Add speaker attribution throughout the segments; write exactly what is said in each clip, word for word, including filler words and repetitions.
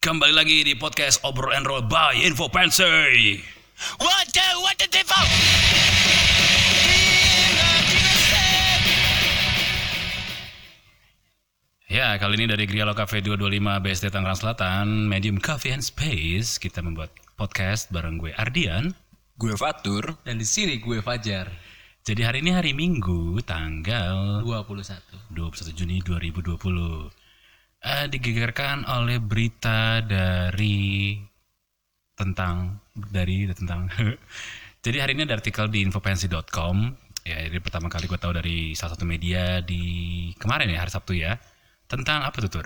Speaker 1: Kembali lagi di podcast Obrol and Roll by Info Pensy.
Speaker 2: What the, what the devil?
Speaker 1: Ya, kali ini dari Grialo Cafe dua dua lima B S D Tangerang Selatan, Medium Coffee and Space, kita membuat podcast bareng gue Ardian,
Speaker 3: gue Fatur,
Speaker 4: dan di sini gue Fajar.
Speaker 1: Jadi hari ini hari Minggu, tanggal
Speaker 4: dua puluh satu
Speaker 1: dua puluh satu Juni dua ribu dua puluh. Uh, digegerkan oleh berita dari tentang dari tentang jadi hari ini ada artikel di infopensy dot com ya. Ini pertama kali gue tahu dari salah satu media di kemarin ya, hari Sabtu ya, tentang apa tuh Tur?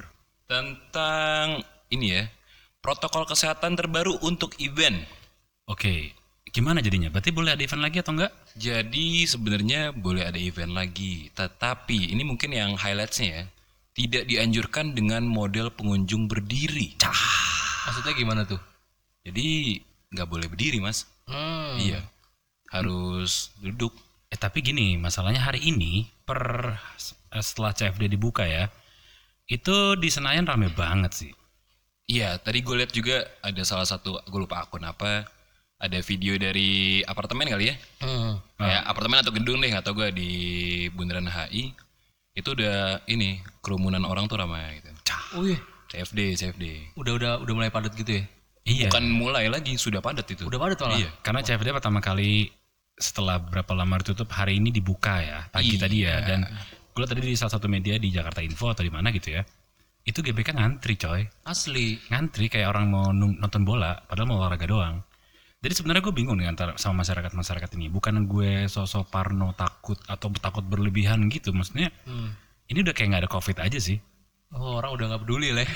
Speaker 3: tentang ini ya, protokol kesehatan terbaru untuk event.
Speaker 1: Oke, gimana jadinya? Berarti boleh ada event lagi atau enggak?
Speaker 3: Jadi sebenarnya boleh ada event lagi, tetapi ini mungkin yang highlightsnya ya, tidak dianjurkan dengan model pengunjung berdiri. Cah.
Speaker 4: Maksudnya gimana tuh?
Speaker 3: Jadi nggak boleh berdiri mas.
Speaker 4: Hmm.
Speaker 3: Iya, harus duduk.
Speaker 1: Eh tapi gini, masalahnya hari ini per setelah C F D dibuka ya, itu di Senayan rame banget sih.
Speaker 3: Iya, tadi gue lihat juga ada salah satu, gue lupa akun apa, ada video dari apartemen kali ya.
Speaker 4: Hmm.
Speaker 3: Kayak apartemen atau gedung deh, nggak tau gue, di Bundaran H I. Itu udah ini, kerumunan orang tuh ramai gitu.
Speaker 4: Oh iya,
Speaker 3: C F D, C F D.
Speaker 4: udah udah udah mulai padat gitu ya?
Speaker 1: Iya.
Speaker 3: Bukan mulai lagi, sudah padat itu.
Speaker 4: Udah padat malah.
Speaker 3: Iya.
Speaker 1: Karena C F D pertama kali setelah berapa lama ditutup, hari ini dibuka ya, pagi
Speaker 3: Iya.
Speaker 1: tadi ya. Dan gue liat tadi di salah satu media di Jakarta Info atau di mana gitu ya, itu G B K ngantri coy.
Speaker 4: Asli.
Speaker 1: Ngantri kayak orang mau nung- nonton bola, padahal mau olahraga doang. Jadi sebenarnya gue bingung nih antara sama masyarakat-masyarakat ini. Bukan gue sosok parno takut atau takut berlebihan gitu. Maksudnya
Speaker 4: Hmm.
Speaker 1: ini udah kayak gak ada COVID aja sih.
Speaker 4: Oh, orang udah nggak peduli lah.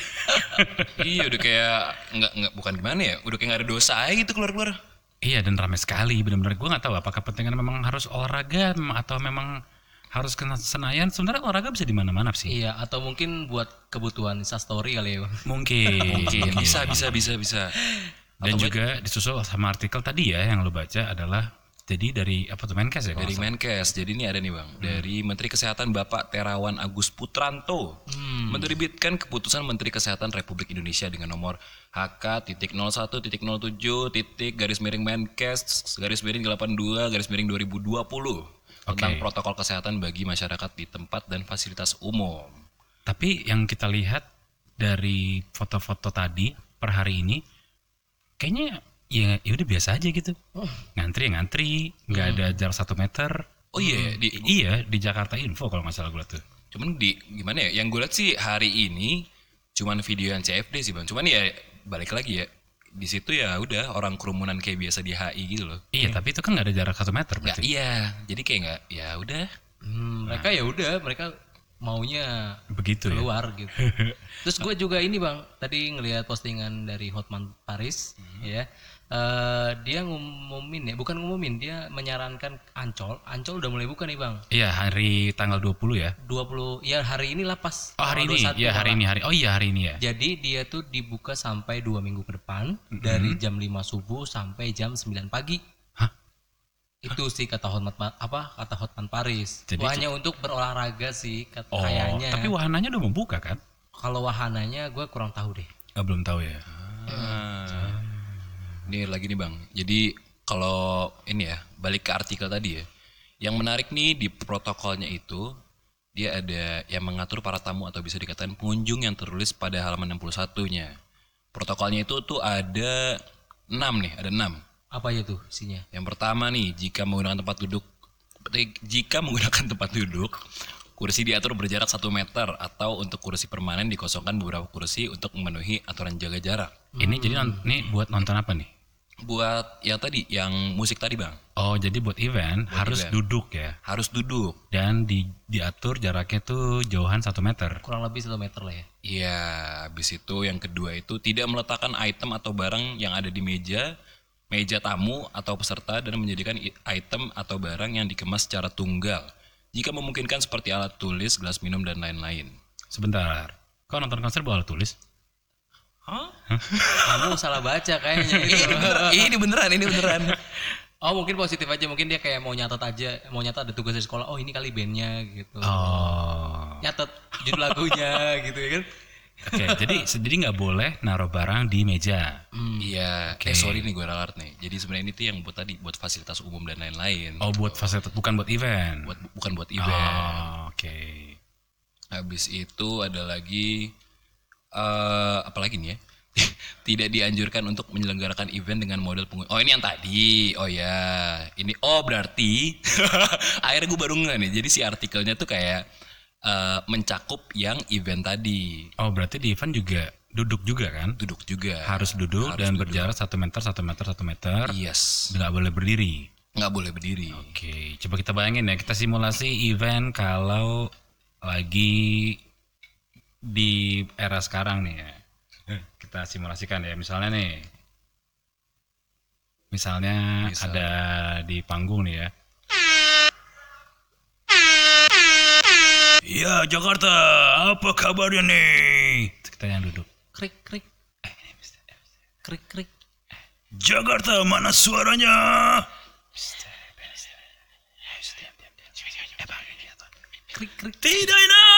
Speaker 3: Iya, udah kayak nggak nggak bukan gimana ya, udah kayak nggak ada dosa aja gitu keluar-keluar.
Speaker 1: Iya, dan ramai sekali benar-benar. Gue nggak tahu apakah kepentingan memang harus olahraga atau memang harus ke Senayan. Sebenarnya olahraga bisa di mana-mana sih.
Speaker 4: Iya, atau mungkin buat kebutuhan Instastory kali ya, Bang.
Speaker 1: Mungkin.
Speaker 3: Mungkin bisa, bisa, bisa, bisa.
Speaker 1: Dan
Speaker 3: Atau
Speaker 1: juga disusul sama artikel tadi ya yang lo baca adalah jadi dari apa tuh Menkes ya? kalau
Speaker 3: dari
Speaker 1: nggak salah?
Speaker 3: Menkes. Jadi ini ada nih bang, dari Menteri Kesehatan Bapak Terawan Agus Putranto menerbitkan keputusan Menteri Kesehatan Republik Indonesia dengan nomor H K titik nol satu titik nol tujuh titik garis miring Menkes garis miring delapan puluh dua garis miring dua ribu dua puluh tentang
Speaker 1: Oke.
Speaker 3: protokol kesehatan bagi masyarakat di tempat dan fasilitas umum.
Speaker 1: Tapi yang kita lihat dari foto-foto tadi per hari ini, kayaknya ya ya udah biasa aja gitu. Ngantri ya ngantri, nggak ada jarak satu meter.
Speaker 3: Oh iya, di,
Speaker 1: Iya di Jakarta Info kalau nggak salah gue liat tuh.
Speaker 3: cuman di gimana ya? Yang gue lihat sih hari ini cuman video yang C F D sih bang. Cuman ya balik lagi ya, di situ ya udah orang kerumunan kayak biasa di H I gitu loh.
Speaker 1: Iya tapi itu kan nggak ada jarak satu meter
Speaker 3: Nggak,
Speaker 1: berarti.
Speaker 3: iya, jadi kayak nggak, ya udah.
Speaker 4: Hmm, mereka ya udah, mereka maunya
Speaker 1: Begitu ya.
Speaker 4: keluar gitu. Terus gue juga ini bang, tadi ngelihat postingan dari Hotman Paris, ya, Eh, dia ngumumin ya, bukan ngumumin, dia menyarankan Ancol, Ancol udah mulai buka nih bang,
Speaker 1: Iya hari tanggal dua puluh ya.
Speaker 4: dua puluh, ya hari ini lah pas.
Speaker 1: Oh hari
Speaker 4: tanggal
Speaker 1: ini,
Speaker 4: dua puluh satu
Speaker 1: ya hari
Speaker 4: malah.
Speaker 1: ini hari. Oh iya hari ini ya.
Speaker 4: Jadi dia tuh dibuka sampai dua minggu ke depan, dari jam lima subuh sampai jam sembilan pagi.
Speaker 1: Hah?
Speaker 4: Itu sih kata Hotman apa kata Hotman Paris.
Speaker 1: Jadi
Speaker 4: Wah, hanya untuk berolahraga sih kat-
Speaker 1: Oh
Speaker 4: kayaknya.
Speaker 1: tapi wahananya udah mau buka kan?
Speaker 4: Kalau wahananya gue kurang tahu deh.
Speaker 1: Oh, belum tahu ya.
Speaker 3: Ah. Ini lagi nih bang, jadi kalau ini ya, balik ke artikel tadi ya, yang menarik nih di protokolnya itu, dia ada yang mengatur para tamu atau bisa dikatakan pengunjung yang tertulis pada halaman enam puluh satu-nya. Protokolnya itu tuh ada enam nih, ada enam.
Speaker 4: Apa ya tuh isinya?
Speaker 3: Yang pertama nih, jika menggunakan tempat duduk, jika menggunakan tempat duduk, kursi diatur berjarak satu meter atau untuk kursi permanen dikosongkan beberapa kursi untuk memenuhi aturan jaga jarak.
Speaker 1: Ini jadi non- ini buat nonton apa nih?
Speaker 3: Buat yang tadi, yang musik tadi bang,
Speaker 1: Oh jadi buat event harus
Speaker 3: event.
Speaker 1: duduk ya.
Speaker 3: harus duduk.
Speaker 1: Dan di, diatur jaraknya tuh jauhan satu meter.
Speaker 4: Kurang lebih satu meter lah ya.
Speaker 3: Iya, habis itu yang kedua itu tidak meletakkan item atau barang yang ada di meja, meja tamu atau peserta dan menjadikan i- item atau barang yang dikemas secara tunggal. Jika memungkinkan seperti alat tulis, gelas minum dan lain-lain.
Speaker 1: Sebentar. Kau nonton konser bawa alat tulis?
Speaker 3: Hah?
Speaker 4: Kamu salah baca kayaknya itu.
Speaker 3: ini beneran, ini beneran, ini beneran.
Speaker 4: Oh mungkin positif aja, mungkin dia kayak mau nyatet aja, mau nyatet ada tugas dari sekolah. Oh ini kali bandnya gitu.
Speaker 1: Oh.
Speaker 4: Nyatet judul lagunya gitu ya kan.
Speaker 1: Oke, jadi jadi nggak boleh naruh barang di meja.
Speaker 3: Iya,
Speaker 1: Oke.
Speaker 3: eh sorry nih gue ralat nih. Jadi sebenarnya ini tuh yang buat tadi buat fasilitas umum dan lain-lain.
Speaker 1: Oh, buat fasilitas, bukan buat event.
Speaker 3: Buat bukan buat event.
Speaker 1: Oh, oke.
Speaker 3: Habis itu ada lagi eh apa lagi nih ya? Tidak dianjurkan untuk menyelenggarakan event dengan model pengunjung. Oh ini yang tadi. Oh ya, ini oh berarti akhirnya gue baru nggak nih. Jadi si artikelnya tuh kayak eh, mencakup yang event tadi.
Speaker 1: Oh, berarti di event juga duduk juga kan?
Speaker 3: Duduk juga.
Speaker 1: Harus duduk
Speaker 3: Harus
Speaker 1: dan
Speaker 3: duduk.
Speaker 1: berjarak satu meter, satu meter, satu meter.
Speaker 3: Yes.
Speaker 1: Nggak boleh berdiri.
Speaker 3: Nggak boleh berdiri.
Speaker 1: Oke, coba kita bayangin ya, kita simulasi event kalau lagi di era sekarang nih ya. Kita simulasikan ya, misalnya nih. Misalnya
Speaker 3: Misal.
Speaker 1: ada di panggung nih ya. Ya Jakarta, apa kabarnya nih? Kita yang duduk.
Speaker 4: Krik krik. Krik krik.
Speaker 1: Jakarta, mana suaranya?
Speaker 4: Krik krik.
Speaker 1: Tidak enak.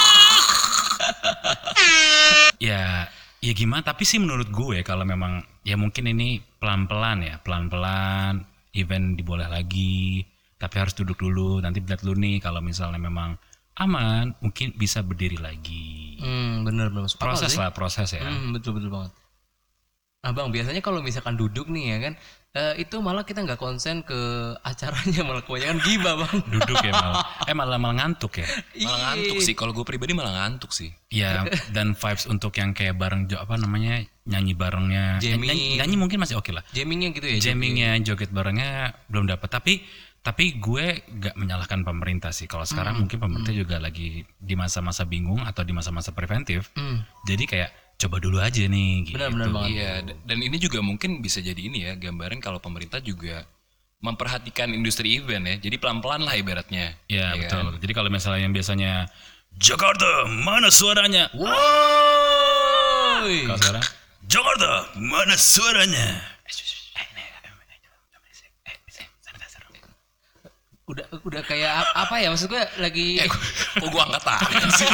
Speaker 1: ya, ya gimana? Tapi sih menurut gue kalau memang ya mungkin ini pelan-pelan ya, pelan-pelan event diboleh lagi. Tapi harus duduk dulu. Nanti lihat dulu nih kalau misalnya memang aman, mungkin bisa berdiri lagi.
Speaker 4: Hmm, bener bener. Masuk akal
Speaker 1: Proses
Speaker 4: sih.
Speaker 1: lah, proses ya.
Speaker 4: Hmm, betul betul banget. Nah bang, biasanya kalau misalkan duduk nih ya kan, eh, itu malah kita nggak konsen ke acaranya, malah kebanyakan gibah bang.
Speaker 1: Duduk ya malah. Eh malah malah ngantuk ya.
Speaker 3: Malah ngantuk sih. Kalau gue pribadi malah ngantuk sih.
Speaker 1: Ya, dan vibes untuk yang kayak bareng jo- apa namanya nyanyi barengnya, Eh,
Speaker 4: Jamming.
Speaker 1: nyanyi, nyanyi mungkin masih oke lah.
Speaker 4: Jammingnya gitu ya.
Speaker 1: Jammingnya, joget barengnya belum dapat. Tapi tapi gue gak menyalahkan pemerintah sih. Kalau sekarang mungkin pemerintah juga lagi di masa-masa bingung atau di masa-masa preventif.
Speaker 4: Hmm.
Speaker 1: Jadi kayak coba dulu aja nih. Gitu.
Speaker 4: Benar-benar banget.
Speaker 3: Iya, d- dan ini juga mungkin bisa jadi ini ya, gambaran kalau pemerintah juga memperhatikan industri event ya. Jadi pelan-pelan lah ibaratnya.
Speaker 1: Ya
Speaker 3: Iya
Speaker 1: betul.
Speaker 3: kan?
Speaker 1: Jadi kalau misalnya yang biasanya Jakarta mana suaranya?
Speaker 4: Woi.
Speaker 1: Kalau sekarang Jakarta mana suaranya?
Speaker 4: Udah udah kayak ap- apa ya, maksud gue lagi
Speaker 3: Eh, kok gue angkat tangan sih?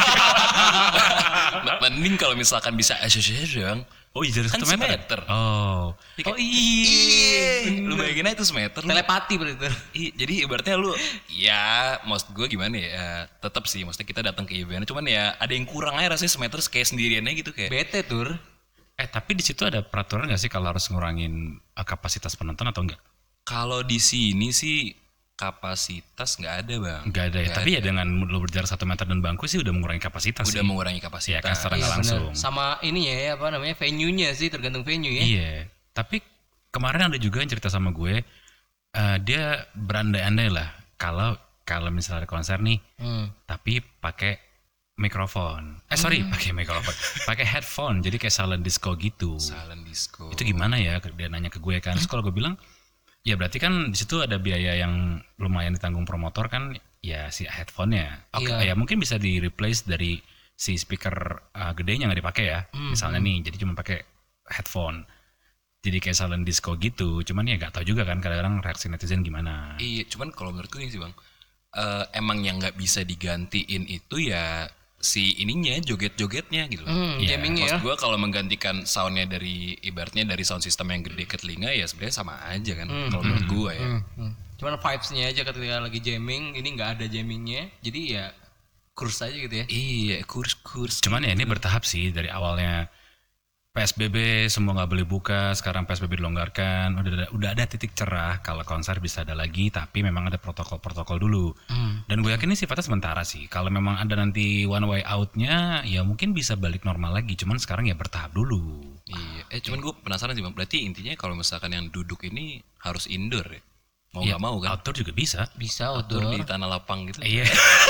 Speaker 3: Mending kalau misalkan bisa association.
Speaker 1: Oh iya,
Speaker 3: Kan
Speaker 1: satu meter.
Speaker 3: semeter.
Speaker 1: Oh,
Speaker 4: oh iya.
Speaker 3: Lu bayangin aja itu semeter. lu-
Speaker 4: Telepati berarti.
Speaker 3: Iya, jadi ibaratnya lu ya maksud gue gimana ya, tetap sih maksudnya kita datang ke event cuman ya ada yang kurang aja rasanya semeter kayak sendiriannya gitu kayak.
Speaker 4: Bete tur.
Speaker 1: eh tapi di situ ada peraturan nggak sih kalau harus ngurangin uh, kapasitas penonton atau enggak?
Speaker 3: Kalau di sini sih kapasitas nggak ada bang.
Speaker 1: Enggak ada ya.
Speaker 3: Nggak
Speaker 1: Tapi ya dengan lu berjarak satu meter dan bangku sih udah mengurangi kapasitas
Speaker 3: Udah
Speaker 1: sih.
Speaker 3: mengurangi kapasitas.
Speaker 1: Ya kan secara
Speaker 4: Iya,
Speaker 1: nggak
Speaker 4: bener.
Speaker 1: langsung.
Speaker 4: Sama ini ya, apa namanya, venue-nya sih, tergantung venue ya.
Speaker 1: Iya. Tapi kemarin ada juga yang cerita sama gue, eh, dia berandai-andai lah kalau kalau misalnya ada konser nih,
Speaker 4: Hmm.
Speaker 1: tapi pakai mikrofon. Eh sorry, pakai mikrofon, pakai headphone. Jadi kayak silent disco gitu.
Speaker 3: Silent disco.
Speaker 1: Itu gimana ya? Dia nanya ke gue kan. Terus kalau gue bilang, ya berarti kan di situ ada biaya yang lumayan ditanggung promotor kan, ya si headphone-nya. Oke,
Speaker 4: Iya.
Speaker 1: ya mungkin bisa di replace dari si speaker uh, gedenya nggak dipakai ya. Misalnya nih, jadi cuma pakai headphone. Jadi kayak silent disco gitu. Cuman ya nggak tahu juga kan kadang-kadang reaksi netizen gimana.
Speaker 3: Iya, cuman kalau menurutku ini sih bang, eh, emang yang nggak bisa digantiin itu ya si ininya joget-jogetnya gitu loh.
Speaker 4: Hmm,
Speaker 1: Iya.
Speaker 4: jamming ya.
Speaker 3: Maksud gue kalau menggantikan soundnya dari ibaratnya dari sound system yang gede ke telinga ya sebenarnya sama aja kan. Kalau menurut gue ya.
Speaker 4: Hmm, hmm. Cuman vibes-nya aja ketika lagi jamming, ini nggak ada jammingnya, jadi ya kurs aja gitu ya.
Speaker 3: Iya, kurs-kurs.
Speaker 1: Cuman ya ini bertahap sih dari awalnya P S B B semua nggak boleh buka, sekarang P S B B dilonggarkan, udah ada, udah ada titik cerah kalau konser bisa ada lagi, tapi memang ada protokol-protokol dulu. Dan gue yakin ini sifatnya sementara sih. Kalau memang ada nanti one way out-nya, ya mungkin bisa balik normal lagi. Cuman sekarang ya bertahap dulu.
Speaker 3: Iya, eh cuman gue penasaran sih bang. Berarti intinya kalau misalkan yang duduk ini harus indoor ya? Mau
Speaker 1: Ya,
Speaker 3: nggak mau kan?
Speaker 1: outdoor juga bisa.
Speaker 4: Bisa
Speaker 3: Outdoor
Speaker 4: outdoor.
Speaker 3: di tanah lapang gitu.
Speaker 1: Iya.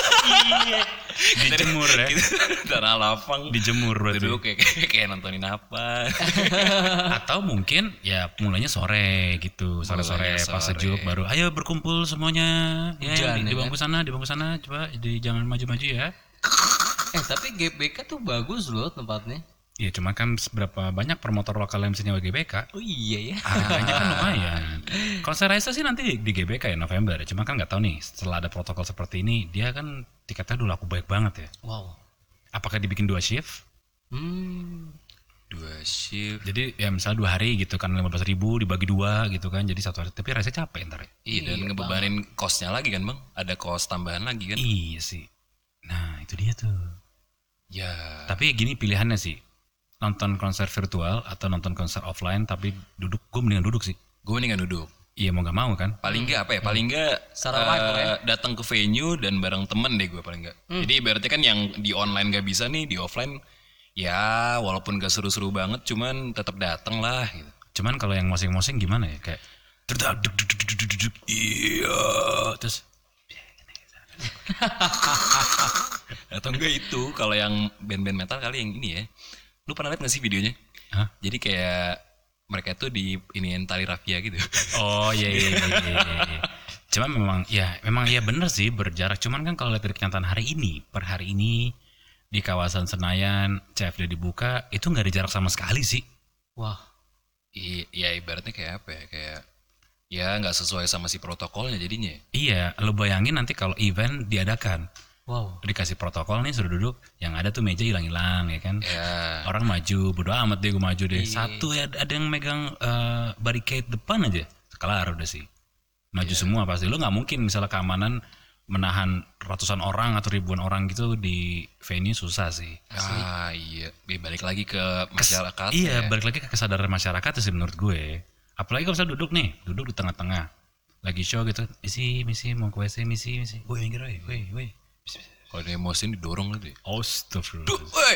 Speaker 1: Dijemur ya.
Speaker 3: tanah lapang.
Speaker 1: Dijemur berarti.
Speaker 3: Duduk kayak, kayak nontonin apa.
Speaker 1: Atau mungkin ya mulainya sore gitu, sore-sore
Speaker 3: Mulainya
Speaker 1: pas
Speaker 3: sore.
Speaker 1: sejuk baru ayo berkumpul semuanya ya
Speaker 4: Hujan,
Speaker 1: di, di
Speaker 4: ya
Speaker 1: bangku sana, di bangku sana coba di, jangan maju-maju ya.
Speaker 4: Eh tapi G B K tuh bagus loh tempatnya.
Speaker 1: Ya cuma kan seberapa banyak promotor lokal yang bisa nyewa G B K.
Speaker 4: Oh iya ya.
Speaker 1: Harganya kan lumayan. Konser Raisa sih nanti di, di G B K ya November ya. Cuma kan nggak tahu nih setelah ada protokol seperti ini dia kan tiketnya dulu laku baik banget ya.
Speaker 4: Wow.
Speaker 1: Apakah dibikin dua shift?
Speaker 4: Hmm.
Speaker 3: Dua shift.
Speaker 1: Jadi ya misalnya dua hari gitu kan lima belas ribu dibagi dua gitu kan jadi satu hari. Tapi rasanya capek ntar ya.
Speaker 3: Iya, dan
Speaker 4: Iya,
Speaker 3: ngebebanin kosnya lagi kan bang. Ada kos tambahan lagi kan.
Speaker 1: Iya sih. Nah itu dia tuh.
Speaker 3: Ya.
Speaker 1: Tapi gini pilihannya sih. Nonton konser virtual atau nonton konser offline tapi duduk. Gue mendingan duduk sih.
Speaker 3: Gue mendingan duduk.
Speaker 1: Iya mau gak mau kan.
Speaker 3: Paling nggak apa ya? Paling nggak
Speaker 4: Secara
Speaker 3: eh,
Speaker 4: live lah ya.
Speaker 3: datang ke venue dan bareng temen deh gue paling nggak. Jadi berarti kan yang di online nggak bisa nih di offline. Ya walaupun gak seru-seru banget, cuman tetap datang lah. Gitu.
Speaker 1: Cuman kalau yang mosing-mosing gimana ya kayak. Duduk duduk duduk duduk duduk duduk. Iya. Terus.
Speaker 3: Atau enggak itu kalau yang band-band metal kali yang ini ya. Lu pernah lihat gak sih videonya?
Speaker 1: Hah?
Speaker 3: Jadi kayak mereka tuh di iniin tali rafia gitu.
Speaker 1: Oh iya iya iya iya. iya. Cuma memang ya memang ya bener sih berjarak. Cuman kan kalau lihat dari kenyataan hari ini per hari ini di kawasan Senayan C F D dibuka itu nggak ada jarak sama sekali sih.
Speaker 4: Wah.
Speaker 3: I, ya ibaratnya kayak apa ya? Kayak ya nggak sesuai sama si protokolnya jadinya.
Speaker 1: Iya, lo bayangin nanti kalau event diadakan
Speaker 4: Wow.
Speaker 1: dikasih protokol nih suruh duduk, yang ada tuh meja hilang-hilang ya kan.
Speaker 3: Ya.
Speaker 1: Orang maju, bodo amat deh gue maju deh. Satu ya ada yang megang eh, barricade depan aja, kelar udah sih. Maju semua pasti. Lo nggak mungkin misalnya keamanan menahan ratusan orang atau ribuan orang gitu di venue susah sih.
Speaker 3: Ah iya. Ya, balik lagi ke masyarakat.
Speaker 1: Iya,
Speaker 3: ya.
Speaker 1: balik lagi ke kesadaran masyarakat sih menurut gue. Apalagi kalau misalnya duduk nih, duduk di tengah-tengah. Lagi show gitu, misi, misi, mau ke W C, misi, misi. Woi, minggir, woi, woi, woi.
Speaker 3: Kalau dia emosi didorong gitu ya.
Speaker 1: Astagfirullah.
Speaker 3: Woi.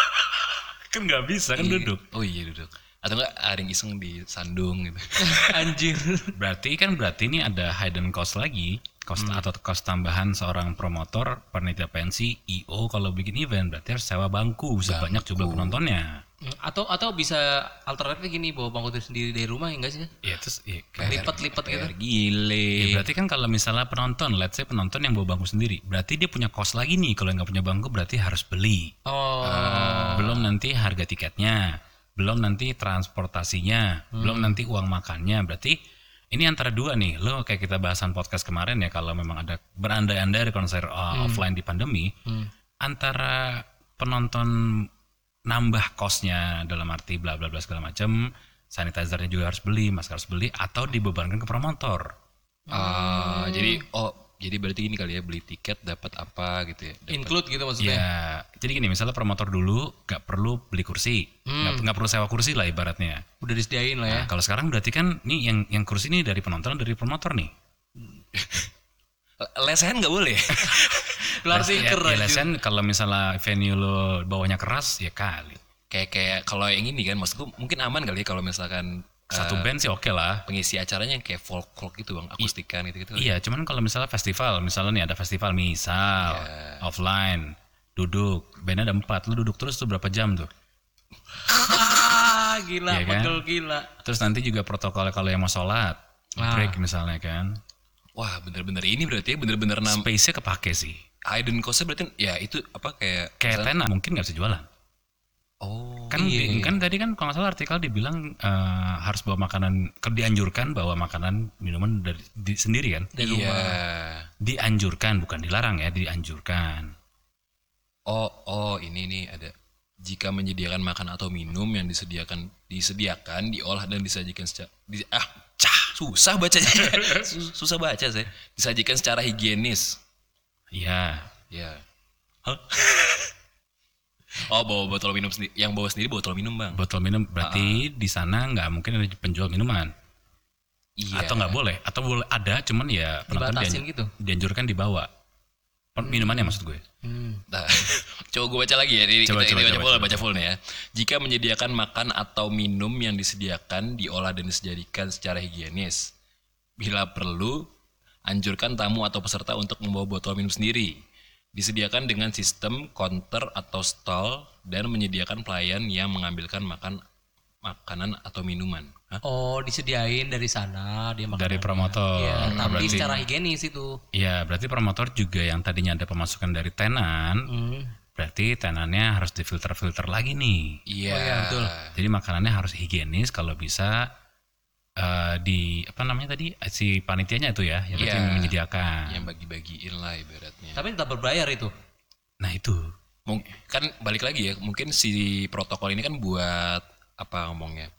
Speaker 1: Kan nggak bisa kan
Speaker 3: Iya.
Speaker 1: duduk.
Speaker 3: Oh iya duduk. Atau enggak ada yang iseng di sandung gitu.
Speaker 4: Anjir.
Speaker 1: Berarti kan berarti ini ada hidden cost lagi, cost atau cost tambahan seorang promotor, panitia pensi, I O kalau bikin event berarti harus sewa bangku sebanyak jumlah penontonnya.
Speaker 4: Atau atau bisa alternatifnya gini bawa bangku itu sendiri dari rumah ya enggak sih?
Speaker 1: Ya terus ya,
Speaker 4: Lipat-lipat gitu.
Speaker 3: Kayak gile.
Speaker 1: ya berarti kan kalau misalnya penonton, let's say penonton yang bawa bangku sendiri, berarti dia punya cost lagi nih. Kalau nggak punya bangku berarti harus beli.
Speaker 4: Oh.
Speaker 1: Belum nanti harga tiketnya, belum nanti transportasinya, belum nanti uang makannya. Berarti ini antara dua nih. Lo kayak kita bahasan podcast kemarin ya, kalau memang ada berandai-andai ada konser uh, offline di pandemi, antara penonton nambah kosnya dalam arti bla bla bla segala macam, sanitizernya juga harus beli, masker harus beli, atau dibebankan ke promotor.
Speaker 3: Ah, jadi oh jadi berarti gini kali ya, beli tiket dapat apa gitu ya. Dapat.
Speaker 4: Include gitu maksudnya.
Speaker 1: Ya, jadi gini misalnya promotor dulu gak perlu beli kursi, nggak nggak perlu sewa kursi lah ibaratnya.
Speaker 4: Udah disediain lah ya.
Speaker 1: Nah, kalau sekarang berarti kan nih yang yang kursi ini dari penonton dari promotor nih.
Speaker 3: Lesehan nggak boleh.
Speaker 4: Kelar
Speaker 1: Les-
Speaker 4: tikar
Speaker 1: ya, ya
Speaker 4: anjir.
Speaker 1: lesen kalau misalnya venue lo bawahnya keras ya kali.
Speaker 3: kayak kayak kalau yang ini kan maksudku mungkin aman kali ya kalau misalkan
Speaker 1: Satu
Speaker 3: eh,
Speaker 1: band sih oke lah.
Speaker 3: pengisi acaranya yang kayak folk folk gitu bang, akustikan gitu gitu.
Speaker 1: Iya, cuman kalau misalnya festival, misalnya nih ada festival misal offline, duduk, bandnya ada empat, lu duduk terus tuh berapa jam tuh?
Speaker 4: Ah, gila,
Speaker 1: Iya kan?
Speaker 4: betul gila.
Speaker 1: Terus nanti juga protokolnya kalau yang mau sholat, break misalnya kan,
Speaker 3: Wah bener-bener ini berarti ya bener-bener nam
Speaker 1: space-nya kepake sih.
Speaker 3: hidden cost berarti ya itu apa kayak
Speaker 1: Kayak
Speaker 3: misalnya-
Speaker 1: tenan mungkin nggak bisa jualan.
Speaker 3: oh
Speaker 1: Kan di- kan tadi kan kalau nggak salah artikel dibilang eh, harus bawa makanan, ke- dianjurkan bawa makanan minuman dari di- sendiri kan?
Speaker 3: iya.
Speaker 1: Dianjurkan bukan dilarang ya, dianjurkan.
Speaker 3: Oh, oh ini nih ada. Jika menyediakan makan atau minum yang disediakan disediakan diolah dan disajikan secara di, ah cah susah bacanya. Sus- susah baca saya. Disajikan secara higienis.
Speaker 1: Iya.
Speaker 3: Ya. Hah? Oh, bawa botol minum sendiri. Yang bawa sendiri botol minum, Bang.
Speaker 1: Botol minum berarti di sana nggak mungkin ada penjual minuman.
Speaker 3: Iya.
Speaker 1: Atau nggak boleh, atau boleh ada cuman ya penonton
Speaker 4: Dibatasin
Speaker 1: dianj-
Speaker 4: gitu?
Speaker 1: dianjurkan dibawa. Pen- Minumannya maksud gue.
Speaker 4: Hmm.
Speaker 3: Nah, coba gue baca lagi ya. Ini
Speaker 1: Coba,
Speaker 3: kita,
Speaker 1: coba,
Speaker 3: kita baca
Speaker 1: coba,
Speaker 3: full,
Speaker 1: coba.
Speaker 3: baca full nih ya. Jika menyediakan makan atau minum yang disediakan diolah dan disediakan secara higienis. Bila perlu, anjurkan tamu atau peserta untuk membawa botol minum sendiri. Disediakan dengan sistem counter atau stall dan menyediakan pelayan yang mengambilkan makan makanan atau minuman. Hah?
Speaker 4: Oh, disediain dari sana dia makan.
Speaker 1: Dari promotor.
Speaker 4: Iya,
Speaker 1: Hmm,
Speaker 4: tapi
Speaker 1: berarti-
Speaker 4: secara higienis itu.
Speaker 1: Iya, berarti promotor juga yang tadinya ada pemasukan dari tenan,
Speaker 4: Hmm.
Speaker 1: berarti tenannya harus difilter-filter lagi nih.
Speaker 3: Iya.
Speaker 4: Oh iya, betul.
Speaker 1: Jadi makanannya harus higienis, kalau bisa eh, di apa namanya tadi si panitianya itu ya yang berarti
Speaker 3: Iya.
Speaker 1: menyediakan.
Speaker 3: Yang bagi-bagiin lah ibaratnya.
Speaker 4: Tapi tetap berbayar itu.
Speaker 1: Nah itu
Speaker 3: Mung- kan balik lagi ya, mungkin si protokol ini kan buat apa ngomongnya?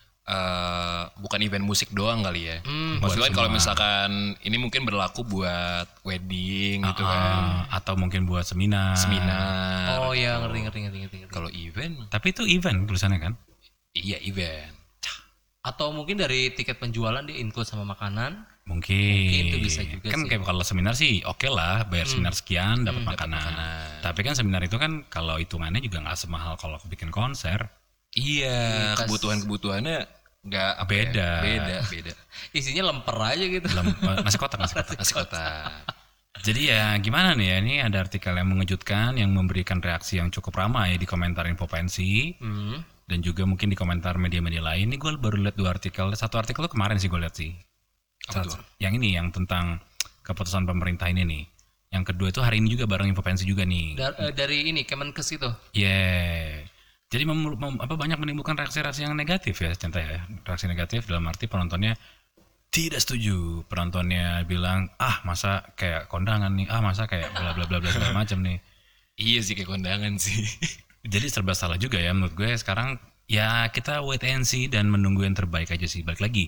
Speaker 3: Eh bukan event musik doang kali ya.
Speaker 4: Hmm,
Speaker 3: Maksudnya kan kalau
Speaker 1: semua.
Speaker 3: misalkan ini mungkin berlaku buat wedding gitu kan,
Speaker 1: Ah, atau mungkin buat seminar.
Speaker 3: seminar.
Speaker 4: Oh ya, ngerti ngerti ngerti ngerti. ngerti.
Speaker 3: Kalau event,
Speaker 1: Tapi itu event tulisannya kan?
Speaker 3: iya event.
Speaker 4: Atau mungkin dari tiket penjualan dia include sama makanan.
Speaker 1: Mungkin.
Speaker 4: Mungkin itu bisa juga
Speaker 1: kan
Speaker 4: sih.
Speaker 1: kayak kalau seminar sih oke lah, bayar seminar sekian dapat
Speaker 3: dapat
Speaker 1: makanan.
Speaker 3: makanan.
Speaker 1: Tapi kan seminar itu kan kalau hitungannya juga nggak semahal kalau aku bikin konser.
Speaker 3: Iya,
Speaker 4: pas-
Speaker 3: kebutuhan-kebutuhannya nggak apa ya,
Speaker 1: Beda.
Speaker 3: beda, beda.
Speaker 4: Isinya lemper aja gitu.
Speaker 1: Lem- nasi kotak, nasi kotak.
Speaker 3: Nasi kotak.
Speaker 1: Jadi ya gimana nih ya, ini ada artikel yang mengejutkan yang memberikan reaksi yang cukup ramai di komentar Infopensi
Speaker 4: Hmm.
Speaker 1: dan juga mungkin di komentar media-media lain. Ini gue baru lihat dua artikel, satu artikel tuh kemarin sih gue lihat sih.
Speaker 3: Apa tuh?
Speaker 1: Yang ini yang tentang keputusan pemerintah ini nih. Yang kedua itu hari ini juga bareng Infopensi juga nih.
Speaker 4: Dar- eh, dari ini Kemenkes itu.
Speaker 1: Yeah. Jadi mem- mem- apa banyak menimbulkan reaksi-reaksi yang negatif ya, contoh ya. Reaksi negatif dalam arti penontonnya tidak setuju. Penontonnya bilang, "Ah, masa kayak kondangan nih. Ah, masa kayak bla bla bla bla segala macam nih."
Speaker 3: Iya sih kayak kondangan sih.
Speaker 1: Jadi serba salah juga ya menurut gue sekarang. Ya kita wait and see dan menunggu yang terbaik aja sih. Balik lagi,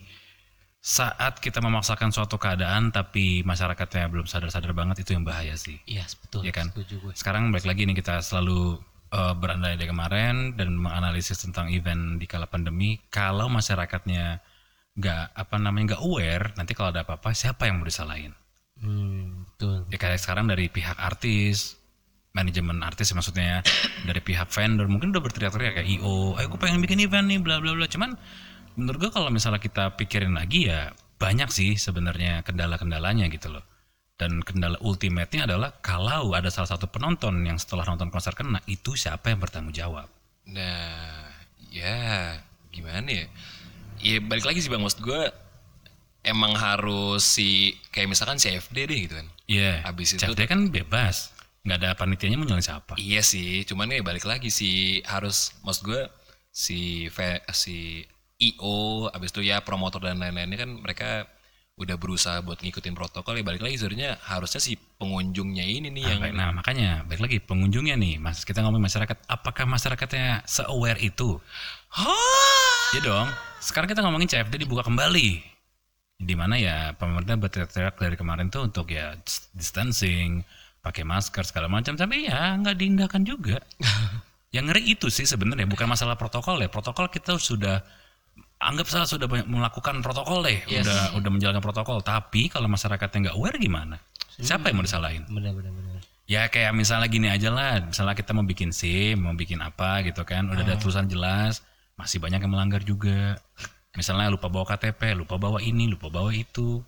Speaker 1: saat kita memaksakan suatu keadaan tapi masyarakatnya belum sadar-sadar banget, itu yang bahaya sih.
Speaker 4: Iya, betul.
Speaker 1: Iya kan?
Speaker 4: Setuju gue.
Speaker 1: Sekarang balik lagi nih, kita selalu uh, berandai dari kemarin dan menganalisis tentang event di kala pandemi. Kalau masyarakatnya nggak apa namanya nggak aware, nanti kalau ada apa-apa siapa yang mau disalahin?
Speaker 4: Hmm, betul.
Speaker 1: Ya kayak sekarang dari pihak artis, manajemen artis ya maksudnya ya, dari pihak vendor mungkin udah berteriak-teriak kayak I O, ayo gue pengen bikin event nih bla bla bla. Cuman menurut gue kalau misalnya kita pikirin lagi ya banyak sih sebenarnya kendala-kendalanya gitu loh. Dan kendala ultimate-nya adalah kalau ada salah satu penonton yang setelah nonton konser kena, itu siapa yang bertanggung jawab?
Speaker 3: Nah, ya gimana ya? Ya balik lagi sih bang, maksud gue emang harus si kayak misalkan C F D deh gitu kan.
Speaker 1: Iya,
Speaker 3: Habis itu-
Speaker 1: C F D kan bebas, nggak ada panitianya mau nyalain siapa.
Speaker 3: Iya sih, cuman ya balik lagi sih harus, maksud gue si ve- si I O, abis itu ya promotor dan lain-lainnya kan mereka udah berusaha buat ngikutin protokol, ya balik lagi sebenarnya harusnya si pengunjungnya ini nih yang
Speaker 1: Nah, baik- nah makanya balik lagi pengunjungnya nih, mas kita ngomong masyarakat, apakah masyarakatnya se-aware itu?
Speaker 3: Hah?
Speaker 1: Ya dong. Sekarang kita ngomongin C F D dibuka kembali, di mana ya pemerintah berteriak dari kemarin tuh untuk ya distancing, pakai masker segala macam, tapi ya nggak diindahkan juga. Yang ngeri itu sih sebenarnya bukan masalah protokol ya. Protokol kita sudah anggap salah sudah banyak melakukan protokol deh,
Speaker 4: Yes.
Speaker 1: udah udah menjalankan protokol. Tapi kalau masyarakatnya nggak aware gimana? Siapa yang mau disalahin?
Speaker 4: Benar benar benar.
Speaker 1: Ya kayak misalnya gini aja lah, misalnya kita mau bikin SIM, mau bikin apa gitu kan, udah ada tulisan jelas, masih banyak yang melanggar juga. Misalnya lupa bawa K T P, lupa bawa ini, lupa bawa itu.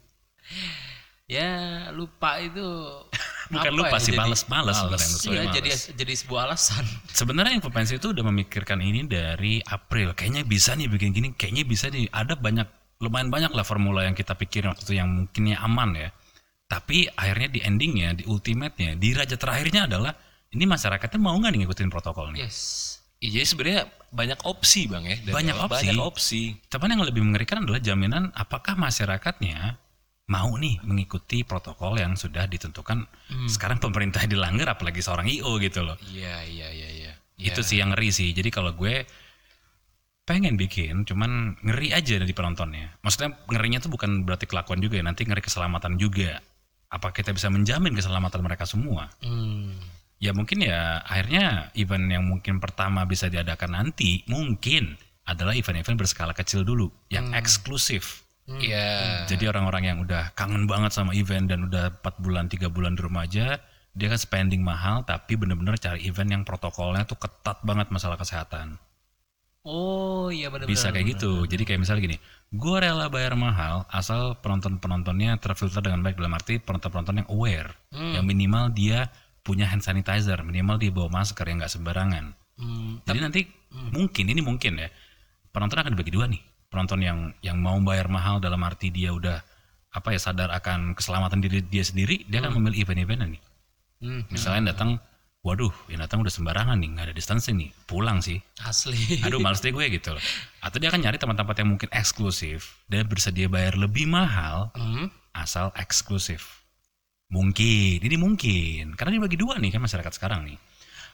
Speaker 4: Ya, lupa itu
Speaker 1: Bukan
Speaker 4: apa
Speaker 1: lupa
Speaker 4: ya,
Speaker 1: sih,
Speaker 4: jadi-
Speaker 1: males-males sebenarnya.
Speaker 4: Iya,
Speaker 1: Sorry,
Speaker 4: jadi
Speaker 1: males.
Speaker 4: jadi sebuah alasan.
Speaker 1: Sebenarnya Infopensi itu udah memikirkan ini dari April. Kayaknya bisa nih bikin gini, kayaknya bisa nih. Ada banyak, lumayan banyak lah formula yang kita pikirin waktu itu yang mungkinnya aman ya. Tapi akhirnya di endingnya, di ultimate-nya, di raja terakhirnya adalah ini masyarakatnya mau nggak nih ngikutin protokol nih?
Speaker 4: Yes.
Speaker 3: Iya sebenarnya banyak opsi bang ya. dari
Speaker 1: Banyak
Speaker 3: awal.
Speaker 1: opsi.
Speaker 3: Banyak opsi.
Speaker 1: Tapi yang lebih mengerikan adalah jaminan apakah masyarakatnya mau nih mengikuti protokol yang sudah ditentukan. Sekarang pemerintah dilanggar apalagi seorang I O gitu loh.
Speaker 3: Iya iya iya iya.
Speaker 1: Itu sih yang ngeri sih. Jadi kalau gue pengen bikin, cuman ngeri aja dari penontonnya. Maksudnya ngerinya tuh bukan berarti kelakuan juga ya, nanti ngeri keselamatan juga. Apa kita bisa menjamin keselamatan mereka semua?
Speaker 4: Hmm.
Speaker 1: Ya mungkin ya akhirnya event yang mungkin pertama bisa diadakan nanti mungkin adalah event-event berskala kecil dulu, yang eksklusif.
Speaker 3: Iya.
Speaker 1: Jadi orang-orang yang udah kangen banget sama event dan udah empat bulan, tiga bulan di rumah aja, dia kan spending mahal tapi bener-bener cari event yang protokolnya tuh ketat banget masalah kesehatan.
Speaker 4: Oh, iya benar-benar.
Speaker 1: Bisa kayak gitu. Jadi kayak misalnya gini, gue rela bayar mahal asal penonton-penontonnya terfilter dengan baik, dalam arti penonton-penonton yang aware, yang minimal dia punya hand sanitizer, minimal dia bawa masker yang nggak sembarangan.
Speaker 4: Hmm.
Speaker 1: Jadi nanti mungkin ini mungkin ya penonton akan dibagi dua nih, penonton yang yang mau bayar mahal dalam arti dia udah apa ya sadar akan keselamatan diri dia sendiri, dia akan memilih event-event nih.
Speaker 4: Hmm.
Speaker 1: Misalnya datang, waduh, yang datang udah sembarangan nih, nggak ada distancing nih, pulang sih.
Speaker 4: Asli.
Speaker 1: Aduh males deh gue gitu loh. Atau dia akan nyari tempat-tempat yang mungkin eksklusif dan bersedia bayar lebih mahal
Speaker 4: Hmm.
Speaker 1: asal eksklusif. Mungkin, ini mungkin. Karena dibagi dua nih kan masyarakat sekarang nih.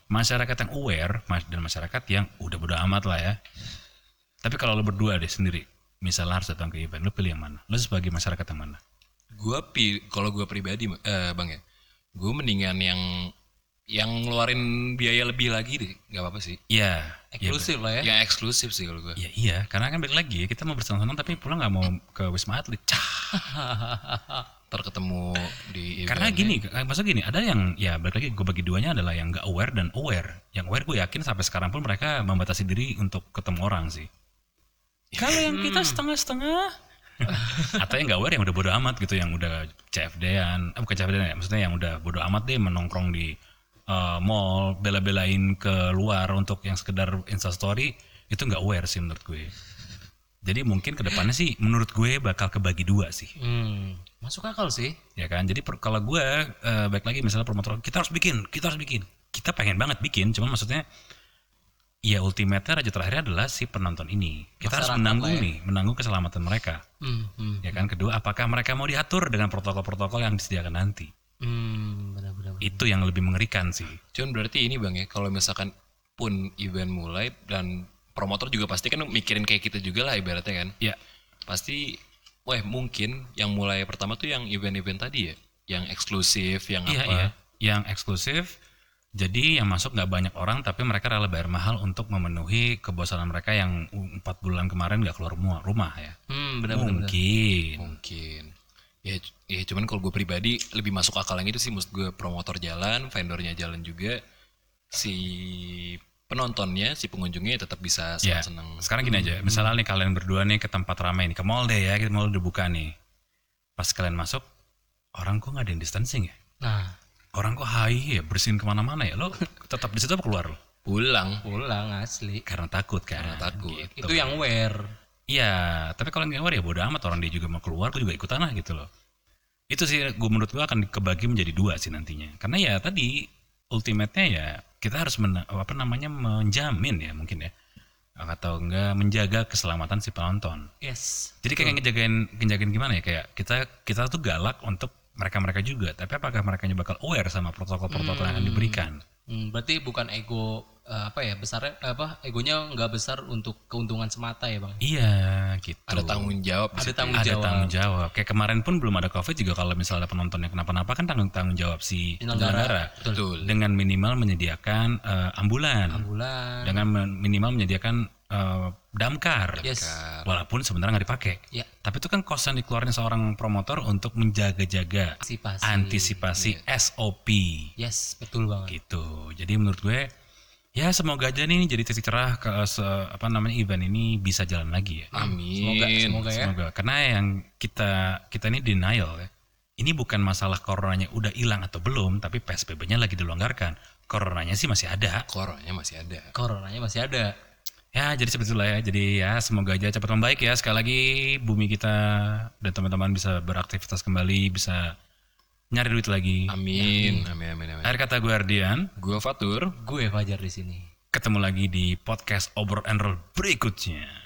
Speaker 1: masyarakat yang aware mas- dan masyarakat yang udah bodo amat lah ya. Tapi kalau lo berdua deh sendiri, misalnya harus datang ke event, lo pilih yang mana? Lo sebagai masyarakat yang mana?
Speaker 3: Gue pi kalau gue pribadi eh, bang ya, gue mendingan yang yang ngeluarin biaya lebih lagi deh, nggak apa-apa sih.
Speaker 1: Iya.
Speaker 4: Eksklusif lah ya.
Speaker 3: Yang eksklusif sih kalau gue.
Speaker 1: Iya iya, karena kan balik lagi ya, kita mau bersenang-senang tapi pulang nggak mau ke Wisma Atlet. Cah.
Speaker 3: Ntar ketemu di event.
Speaker 1: Karena gini, maksud gini, ada yang ya balik lagi gue bagi duanya adalah yang nggak aware dan aware. Yang aware gue yakin sampai sekarang pun mereka membatasi diri untuk ketemu orang sih. Kalau yang kita setengah-setengah atau yang nggak aware yang udah bodo amat gitu, yang udah C F D-an, eh, bukan C F D-an ya, maksudnya yang udah bodo amat deh menongkrong di uh, mall, bela-belain keluar untuk yang sekedar instastory, itu nggak aware sih menurut gue. Jadi mungkin kedepannya sih menurut gue bakal kebagi dua sih.
Speaker 4: Hmm, masuk akal sih.
Speaker 1: Ya kan, jadi per, kalau gue uh, baik lagi misalnya promotor, kita harus bikin, kita harus bikin, kita pengen banget bikin, cuma maksudnya ya ultimate-nya raja terakhirnya adalah si penonton ini. Kita harus
Speaker 4: Masyarakat
Speaker 1: menanggung
Speaker 4: lah ya.
Speaker 1: nih, menanggung keselamatan mereka.
Speaker 4: Hmm, hmm,
Speaker 1: Ya kan, kedua apakah mereka mau diatur dengan protokol-protokol yang disediakan nanti?
Speaker 4: hmm, benar-benar.
Speaker 1: Itu yang lebih mengerikan sih.
Speaker 3: Cuman berarti ini bang ya, kalau misalkan pun event mulai dan promotor juga pasti kan mikirin kayak kita juga lah ibaratnya kan.
Speaker 1: Ya,
Speaker 3: Pasti, wah mungkin yang mulai pertama tuh yang event-event tadi ya, yang eksklusif, yang
Speaker 1: iya
Speaker 3: apa?
Speaker 1: iya, yang eksklusif. Jadi yang masuk nggak banyak orang, tapi mereka rela bayar mahal untuk memenuhi kebosanan mereka yang empat bulan kemarin nggak keluar rumah, rumah ya.
Speaker 4: Hmm, benar-benar.
Speaker 1: Mungkin.
Speaker 3: Mungkin. Ya, ya cuman kalau gue pribadi lebih masuk akal yang itu sih, maksud gue promotor jalan, vendornya jalan juga, si penontonnya, si pengunjungnya tetap bisa
Speaker 1: Ya,
Speaker 3: senang-senang.
Speaker 1: sekarang gini aja, misalnya nih kalian berdua nih ke tempat ramai nih, ke mall deh ya, kita mall udah buka nih. Pas kalian masuk, orang kok nggak ada yang distancing ya?
Speaker 4: Nah,
Speaker 1: Orang kok high ya, bersihin kemana-mana ya, lo tetap di situ apa keluar lo?
Speaker 3: Pulang
Speaker 4: pulang asli.
Speaker 1: Karena takut kan?
Speaker 3: karena takut.
Speaker 1: Gitu.
Speaker 4: Itu yang aware.
Speaker 1: Iya, tapi kalau nggak aware ya bodo amat, orang dia juga mau keluar, gue juga ikutan lah gitu loh. Itu sih gue menurut gue akan kebagi menjadi dua sih nantinya. Karena ya tadi ultimate-nya ya kita harus men, apa namanya menjamin ya mungkin ya, atau enggak menjaga keselamatan si penonton.
Speaker 4: Yes.
Speaker 1: Jadi kayak ngejagain ngejagain gimana ya, kayak kita kita tuh galak untuk mereka-mereka juga, tapi apakah mereka bakal aware sama protokol-protokol yang akan diberikan?
Speaker 4: Hmm, berarti bukan ego eh, apa ya besarnya apa egonya nggak besar untuk keuntungan semata ya bang.
Speaker 1: Iya, gitu.
Speaker 3: Ada tanggung jawab. di
Speaker 4: Ada
Speaker 3: situ.
Speaker 4: tanggung
Speaker 1: ada
Speaker 4: jawab.
Speaker 1: tanggung jawab. Kayak kemarin pun belum ada covid juga, kalau misalnya penonton yang kenapa-napa kan tanggung tanggung jawab si penyelenggara
Speaker 3: Betul.
Speaker 1: dengan minimal menyediakan eh, ambulan,
Speaker 4: Bulan.
Speaker 1: dengan men- minimal menyediakan eh, damkar,
Speaker 4: Yes.
Speaker 1: walaupun sebenarnya nggak dipakai.
Speaker 4: Ya.
Speaker 1: Tapi itu kan kosan dikeluarin seorang promotor untuk menjaga-jaga
Speaker 4: Antisipasi.
Speaker 1: antisipasi S O P
Speaker 4: Yes, betul banget.
Speaker 1: gitu. Jadi menurut gue ya semoga aja nih jadi titik cerah ke se- apa namanya event ini bisa jalan lagi ya.
Speaker 3: Amin.
Speaker 4: Semoga, semoga ya.
Speaker 1: Semoga. Karena yang kita kita ini denial ya. Ini bukan masalah coronanya udah hilang atau belum, tapi P S B B-nya lagi dilonggarkan. Coronanya sih masih ada.
Speaker 3: Coronanya masih ada.
Speaker 4: Coronanya masih ada.
Speaker 1: Ya jadi seperti itulah ya. Jadi ya semoga aja cepat membaik ya. Sekali lagi bumi kita dan teman-teman bisa beraktivitas kembali, bisa nyari duit lagi.
Speaker 3: Amin. Amin. Amin. Amin.
Speaker 1: Akhir kata gue Ardian,
Speaker 3: Gua Fatur.
Speaker 4: Gue Fajar di sini.
Speaker 1: ketemu lagi di podcast Obrol and Roll berikutnya.